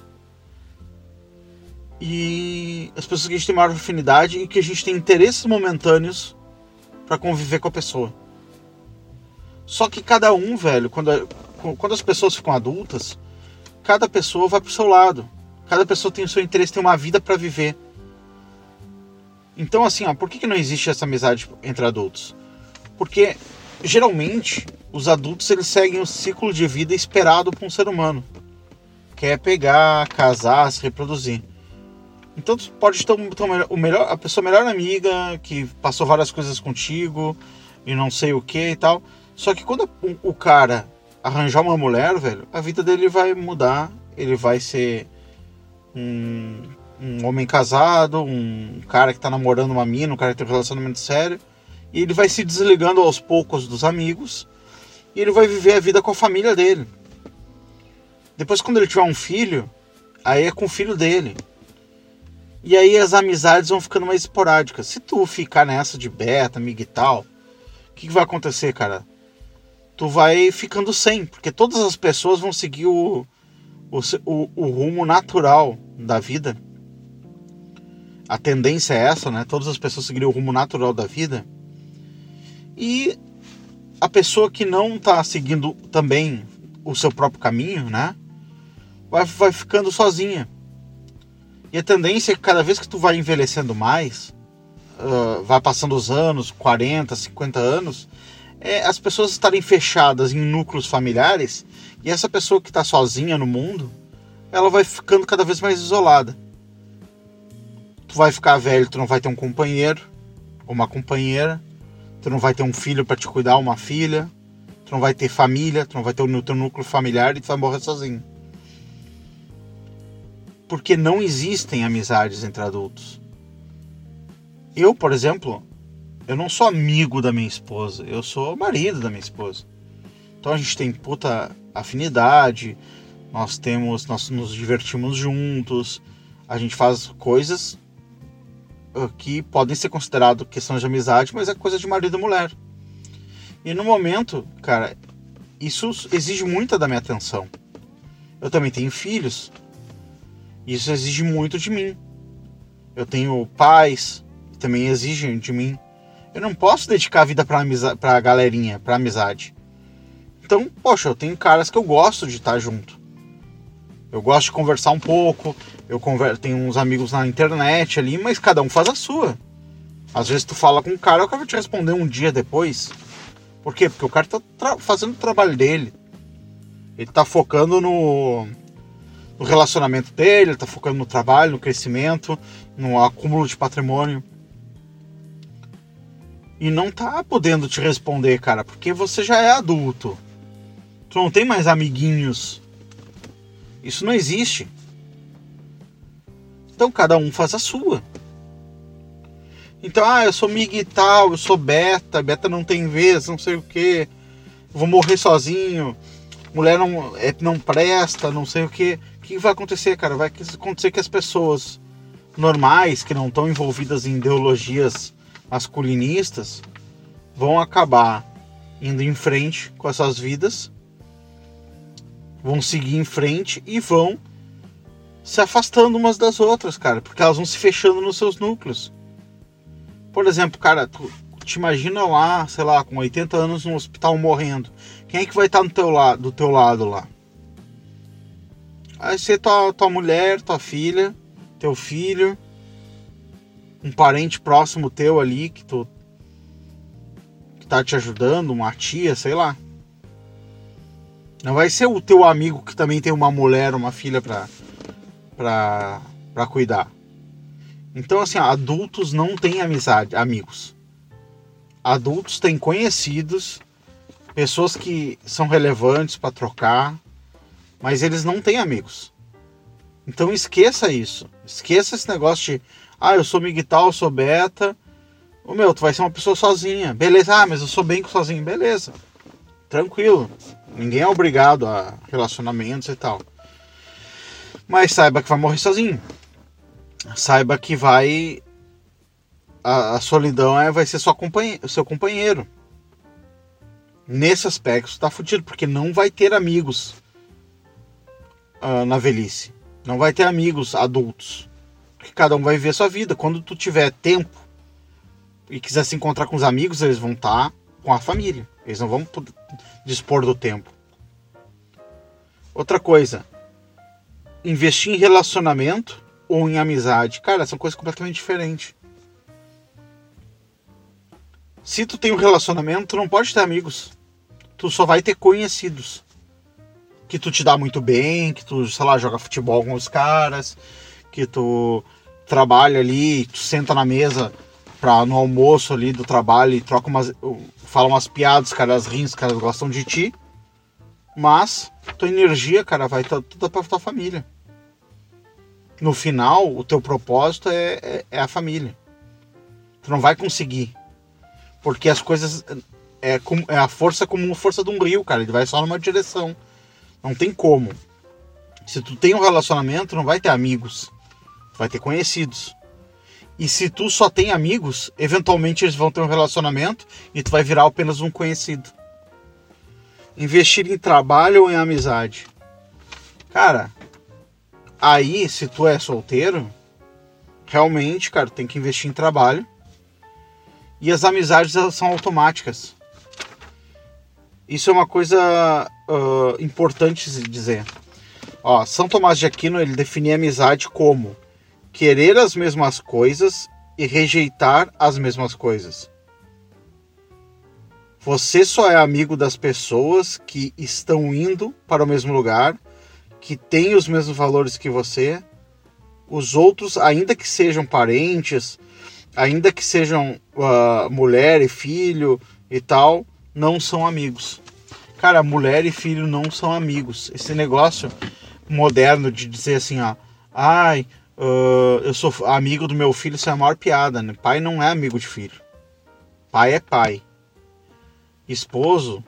E as pessoas que a gente tem maior afinidade e que a gente tem interesses momentâneos para conviver com a pessoa. Só que cada um, velho, quando as pessoas ficam adultas, cada pessoa vai pro seu lado. Cada pessoa tem o seu interesse, tem uma vida para viver. Então, assim, por que não existe essa amizade entre adultos? Porque, geralmente, os adultos, eles seguem o ciclo de vida esperado por um ser humano. Que é pegar, casar, se reproduzir. Então, tu pode ter a pessoa melhor amiga, que passou várias coisas contigo, e não sei o que e tal. Só que quando o cara arranjar uma mulher, velho, a vida dele vai mudar. Ele vai ser um homem casado, um cara que tá namorando uma mina, um cara que tem um relacionamento sério. E ele vai se desligando aos poucos dos amigos. E ele vai viver a vida com a família dele. Depois, quando ele tiver um filho, aí é com o filho dele. E aí as amizades vão ficando mais esporádicas. Se tu ficar nessa de beta, migtal, o que vai acontecer, cara? Tu vai ficando sem, porque todas as pessoas vão seguir o rumo natural da vida. A tendência é essa, né? Todas as pessoas seguirem o rumo natural da vida. E a pessoa que não tá seguindo também o seu próprio caminho, né? Vai ficando sozinha. E a tendência é que cada vez que tu vai envelhecendo mais, vai passando os anos, 40, 50 anos, as pessoas estarem fechadas em núcleos familiares, e essa pessoa que está sozinha no mundo, ela vai ficando cada vez mais isolada. Tu vai ficar velho, tu não vai ter um companheiro, ou uma companheira, tu não vai ter um filho para te cuidar, uma filha, tu não vai ter família, tu não vai ter o teu núcleo familiar e tu vai morrer sozinho. Porque não existem amizades entre adultos. Eu, por exemplo, eu não sou amigo da minha esposa, eu sou marido da minha esposa. Então a gente tem puta afinidade, nós nos divertimos juntos, a gente faz coisas que podem ser consideradas questões de amizade, mas é coisa de marido e mulher. E no momento, cara, isso exige muita da minha atenção. Eu também tenho filhos. Isso exige muito de mim. Eu tenho pais que também exigem de mim. Eu não posso dedicar a vida pra galerinha, pra amizade. Então, poxa, eu tenho caras que eu gosto de estar junto. Eu gosto de conversar um pouco. Tenho uns amigos na internet ali, mas cada um faz a sua. Às vezes tu fala com o cara vai te responder um dia depois. Por quê? Porque o cara tá fazendo o trabalho dele. Ele tá focando no relacionamento dele, ele tá focando no trabalho, no crescimento, no acúmulo de patrimônio. E não tá podendo te responder, cara, porque você já é adulto. Tu não tem mais amiguinhos. Isso não existe. Então cada um faz a sua. Então, eu sou mig e tal, eu sou beta não tem vez, não sei o que, vou morrer sozinho, mulher não presta, não sei o que. O que vai acontecer, cara? Vai acontecer que as pessoas normais, que não estão envolvidas em ideologias masculinistas, vão acabar indo em frente com as suas vidas, vão seguir em frente e vão se afastando umas das outras, cara, porque elas vão se fechando nos seus núcleos. Por exemplo, cara, tu te imagina lá, sei lá, com 80 anos no hospital morrendo. Quem é que vai estar do teu lado lá? Vai ser tua mulher, tua filha, teu filho, um parente próximo teu ali que tá te ajudando, uma tia, sei lá. Não vai ser o teu amigo que também tem uma mulher, uma filha pra cuidar. Então, assim, adultos não têm amigos. Adultos têm conhecidos, pessoas que são relevantes para trocar, mas eles não têm amigos. Então esqueça isso. Esqueça esse negócio de, eu sou miguital, eu sou beta. Tu vai ser uma pessoa sozinha. Beleza, mas eu sou bem sozinho. Beleza, tranquilo. Ninguém é obrigado a relacionamentos e tal. Mas saiba que vai morrer sozinho. Saiba que a solidão vai ser seu companheiro. Nesse aspecto tá fudido, porque não vai ter amigos na velhice. Não vai ter amigos adultos, porque cada um vai viver sua vida. Quando tu tiver tempo e quiser se encontrar com os amigos, eles vão estar com a família. Eles não vão dispor do tempo. Outra coisa, investir em relacionamento ou em amizade, cara, são coisas completamente diferentes. Se tu tem um relacionamento, tu não pode ter amigos. Tu só vai ter conhecidos. Que tu te dá muito bem, que tu, sei lá, joga futebol com os caras, que tu trabalha ali, tu senta na mesa no almoço ali do trabalho e fala umas piadas, os caras riem, os caras gostam de ti. Mas tua energia, cara, vai toda pra tua família. No final, o teu propósito é a família. Tu não vai conseguir. Porque as coisas... É a força como a força de um rio, cara. Ele vai só numa direção. Não tem como. Se tu tem um relacionamento, não vai ter amigos. Tu vai ter conhecidos. E se tu só tem amigos, eventualmente eles vão ter um relacionamento e tu vai virar apenas um conhecido. Investir em trabalho ou em amizade? Cara... Aí, se tu é solteiro, realmente, cara, tem que investir em trabalho. E as amizades, elas são automáticas. Isso é uma coisa importante de dizer. São Tomás de Aquino, ele definia a amizade como querer as mesmas coisas e rejeitar as mesmas coisas. Você só é amigo das pessoas que estão indo para o mesmo lugar, que tem os mesmos valores que você. Os outros, ainda que sejam parentes, ainda que sejam mulher e filho e tal, não são amigos. Cara, mulher e filho não são amigos. Esse negócio moderno de dizer assim, eu sou amigo do meu filho, isso é a maior piada, né? Pai não é amigo de filho. Pai é pai. Esposo,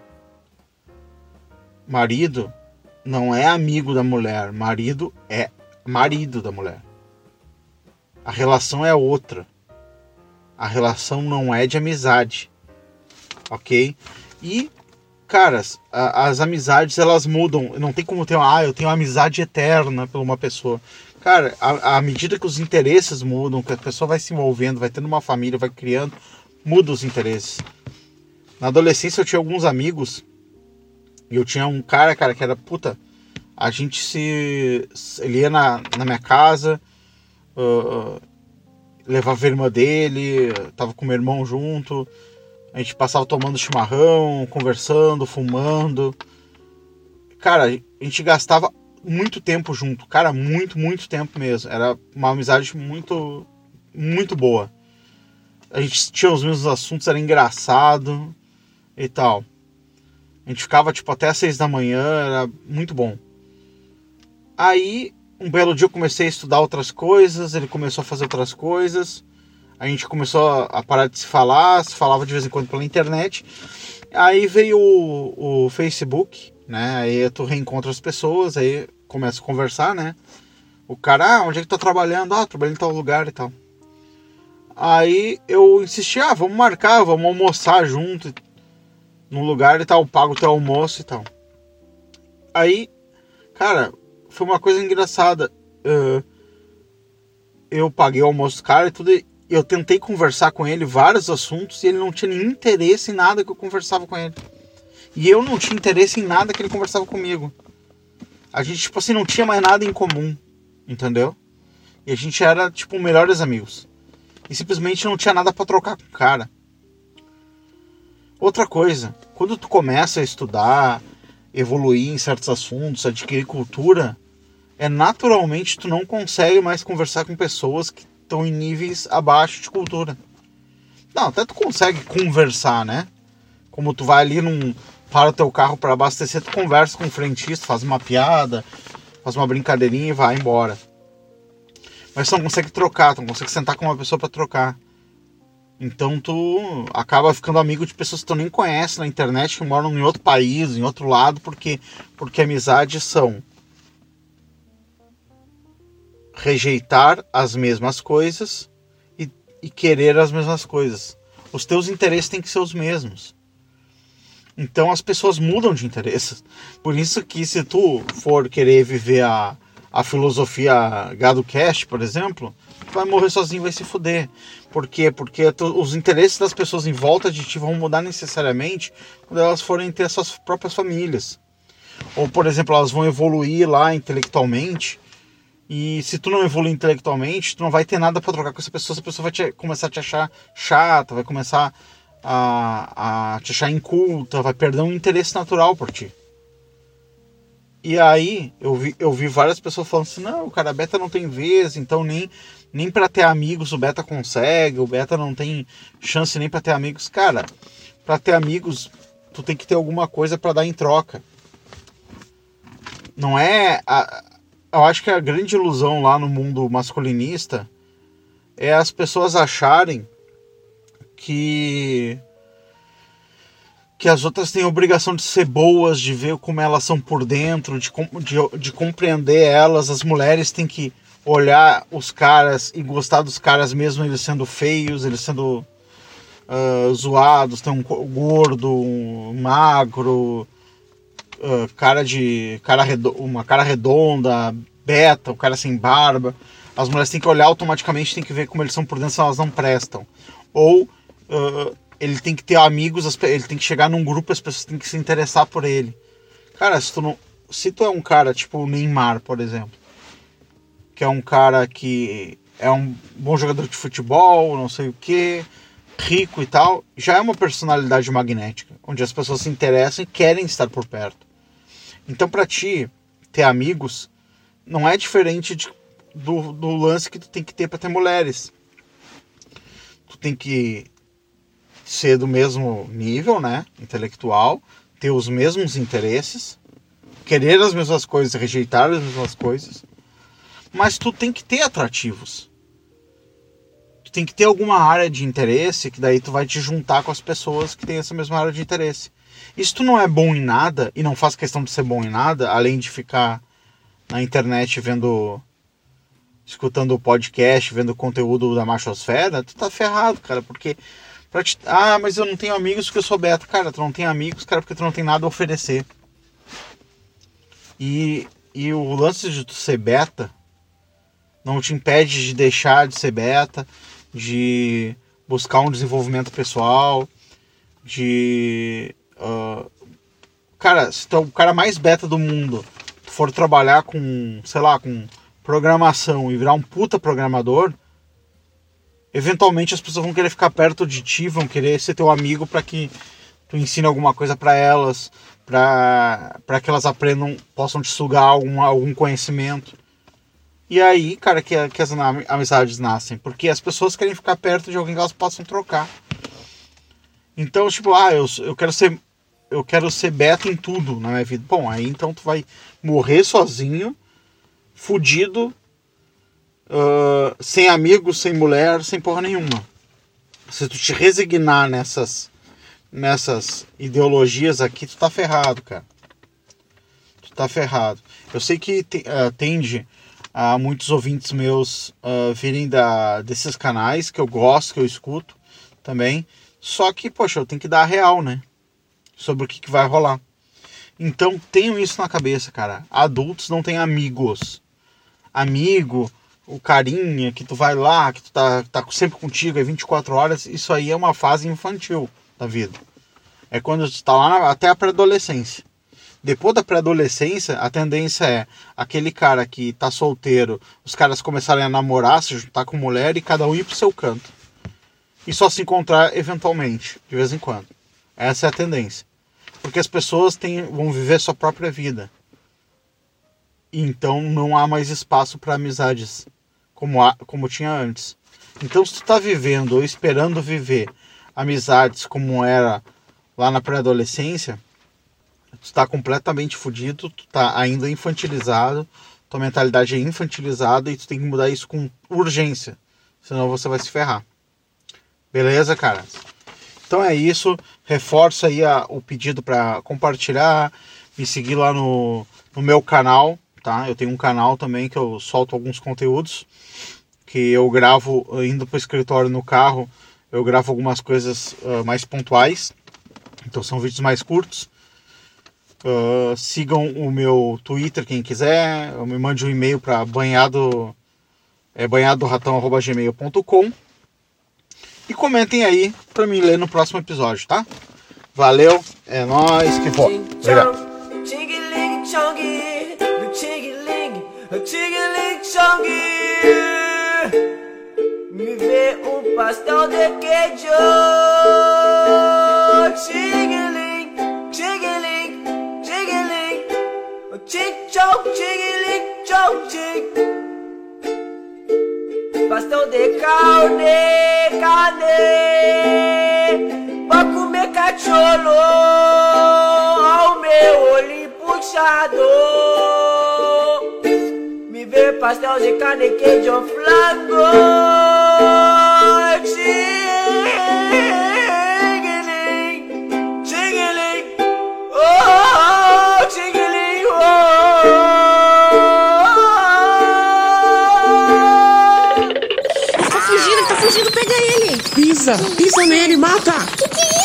marido, não é amigo da mulher, marido é marido da mulher. A relação é outra. A relação não é de amizade, ok? E, cara, as amizades, elas mudam. Não tem como ter eu tenho uma amizade eterna por uma pessoa. Cara, à medida que os interesses mudam, que a pessoa vai se envolvendo, vai tendo uma família, vai criando, muda os interesses. Na adolescência eu tinha alguns amigos. E eu tinha um cara, que era a gente ele ia na minha casa, levava a irmã dele, tava com meu irmão junto. A gente passava tomando chimarrão, conversando, fumando. Cara, a gente gastava muito tempo junto. Cara, muito tempo mesmo. Era uma amizade muito, muito boa. A gente tinha os mesmos assuntos, era engraçado e tal. A gente ficava tipo até às 6 da manhã, era muito bom. Aí, um belo dia eu comecei a estudar outras coisas, ele começou a fazer outras coisas. A gente começou a parar de se falava de vez em quando pela internet. Aí veio o Facebook, né? Aí tu reencontra as pessoas, aí começa a conversar, né? O cara, onde é que tu tá trabalhando? Trabalhando em tal lugar e tal. Aí eu insisti, vamos marcar, vamos almoçar junto num lugar e tal, pago o teu almoço e tal. Aí, cara, foi uma coisa engraçada. Eu paguei o almoço do cara e tudo, e eu tentei conversar com ele vários assuntos e ele não tinha nenhum interesse em nada que eu conversava com ele. E eu não tinha interesse em nada que ele conversava comigo. A gente, tipo assim, não tinha mais nada em comum, entendeu? E a gente era, tipo, melhores amigos. E simplesmente não tinha nada pra trocar com o cara. Outra coisa, quando tu começa a estudar, evoluir em certos assuntos, adquirir cultura, naturalmente tu não consegue mais conversar com pessoas que estão em níveis abaixo de cultura. Não, até tu consegue conversar, né? Como tu vai ali para o teu carro para abastecer, tu conversa com o frentista, faz uma piada, faz uma brincadeirinha e vai embora. Mas tu não consegue trocar, tu não consegue sentar com uma pessoa para trocar. Então tu acaba ficando amigo de pessoas que tu nem conhece na internet, que moram em outro país, em outro lado, porque amizades são rejeitar as mesmas coisas e querer as mesmas coisas. Os teus interesses têm que ser os mesmos. Então as pessoas mudam de interesses. Por isso que se tu for querer viver a filosofia Gado Cash, por exemplo, tu vai morrer sozinho, vai se fuder. Por quê? Porque os interesses das pessoas em volta de ti vão mudar necessariamente quando elas forem ter suas próprias famílias. Ou, por exemplo, elas vão evoluir lá intelectualmente. E se tu não evoluir intelectualmente, tu não vai ter nada pra trocar com essa pessoa vai começar a te achar chata, vai começar a te achar inculta, vai perder um interesse natural por ti. E aí, eu vi várias pessoas falando assim, não, o cara beta não tem vez, então nem pra ter amigos o beta consegue, o beta não tem chance nem pra ter amigos. Cara, pra ter amigos, tu tem que ter alguma coisa pra dar em troca. Não é... Eu acho que a grande ilusão lá no mundo masculinista é as pessoas acharem que as outras têm a obrigação de ser boas, de ver como elas são por dentro, de compreender elas. As mulheres têm que olhar os caras e gostar dos caras mesmo eles sendo feios, eles sendo zoados, tem um gordo, um magro, uma cara redonda, beta, o cara sem barba. As mulheres têm que olhar automaticamente, tem que ver como eles são por dentro, se elas não prestam. Ou ele tem que ter amigos, ele tem que chegar num grupo, as pessoas têm que se interessar por ele. Cara, se tu é um cara tipo o Neymar, por exemplo, que é um cara que é um bom jogador de futebol, não sei o que, rico e tal, já é uma personalidade magnética, onde as pessoas se interessam e querem estar por perto. Então, pra ti ter amigos não é diferente do lance que tu tem que ter pra ter mulheres. Tu tem que ser do mesmo nível, né, intelectual, ter os mesmos interesses, querer as mesmas coisas, rejeitar as mesmas coisas, mas tu tem que ter atrativos. Tu tem que ter alguma área de interesse, que daí tu vai te juntar com as pessoas que têm essa mesma área de interesse. E se tu não é bom em nada, e não faz questão de ser bom em nada, além de ficar na internet escutando o podcast, vendo o conteúdo da machosfera, tu tá ferrado, cara, porque mas eu não tenho amigos porque eu sou beta. Cara, tu não tem amigos, cara, porque tu não tem nada a oferecer. E o lance de tu ser beta não te impede de deixar de ser beta, de buscar um desenvolvimento pessoal, cara, se tu é o cara mais beta do mundo, tu for trabalhar com, sei lá, com programação e virar um puta programador, eventualmente as pessoas vão querer ficar perto de ti, vão querer ser teu amigo para que tu ensine alguma coisa para elas, para que elas aprendam, possam te sugar algum conhecimento. E aí, cara, que as amizades nascem, porque as pessoas querem ficar perto de alguém que elas possam trocar. Então, tipo, eu quero ser beta em tudo na minha vida. Bom, aí então tu vai morrer sozinho, fudido, sem amigos, sem mulher, sem porra nenhuma. Se tu te resignar nessas ideologias aqui, tu tá ferrado, cara. Tu tá ferrado. Eu sei que tende a muitos ouvintes meus virem desses canais que eu gosto, que eu escuto também. Só que, poxa, eu tenho que dar a real, né? Sobre o que vai rolar. Então, tenham isso na cabeça, cara. Adultos não têm amigos. Amigo, o carinha que tu vai lá, que tu tá sempre contigo, é 24 horas, isso aí é uma fase infantil da vida. É quando tu tá lá até a pré-adolescência. Depois da pré-adolescência, a tendência é aquele cara que tá solteiro, os caras começarem a namorar, se juntar com mulher e cada um ir pro seu canto. E só se encontrar eventualmente, de vez em quando. Essa é a tendência. Porque as pessoas vão viver sua própria vida. E então não há mais espaço para amizades como tinha antes. Então se tu tá vivendo ou esperando viver amizades como era lá na pré-adolescência, tu tá completamente fudido, tu tá ainda infantilizado, tua mentalidade é infantilizada e tu tem que mudar isso com urgência, senão você vai se ferrar. Beleza, cara? Então é isso, reforço aí o pedido para compartilhar, me seguir lá no meu canal, tá? Eu tenho um canal também que eu solto alguns conteúdos, que eu gravo indo pro escritório no carro, eu gravo algumas coisas mais pontuais, então são vídeos mais curtos. Sigam o meu Twitter, quem quiser, me mande um e-mail para banhadoratão@gmail.com e comentem aí para me ler no próximo episódio, tá? Valeu, é nóis, que for. Obrigado. Me vê pastel de queijo. Chiguiling, chiguiling, chiguiling. Chig chog, chiguiling, chog chig. Pastel de carne, pra comer cachorro ao meu olho puxado. Me vê pastel de carne, queijo, flango. Tá fugindo, pega ele! Pisa nele, mata! Que é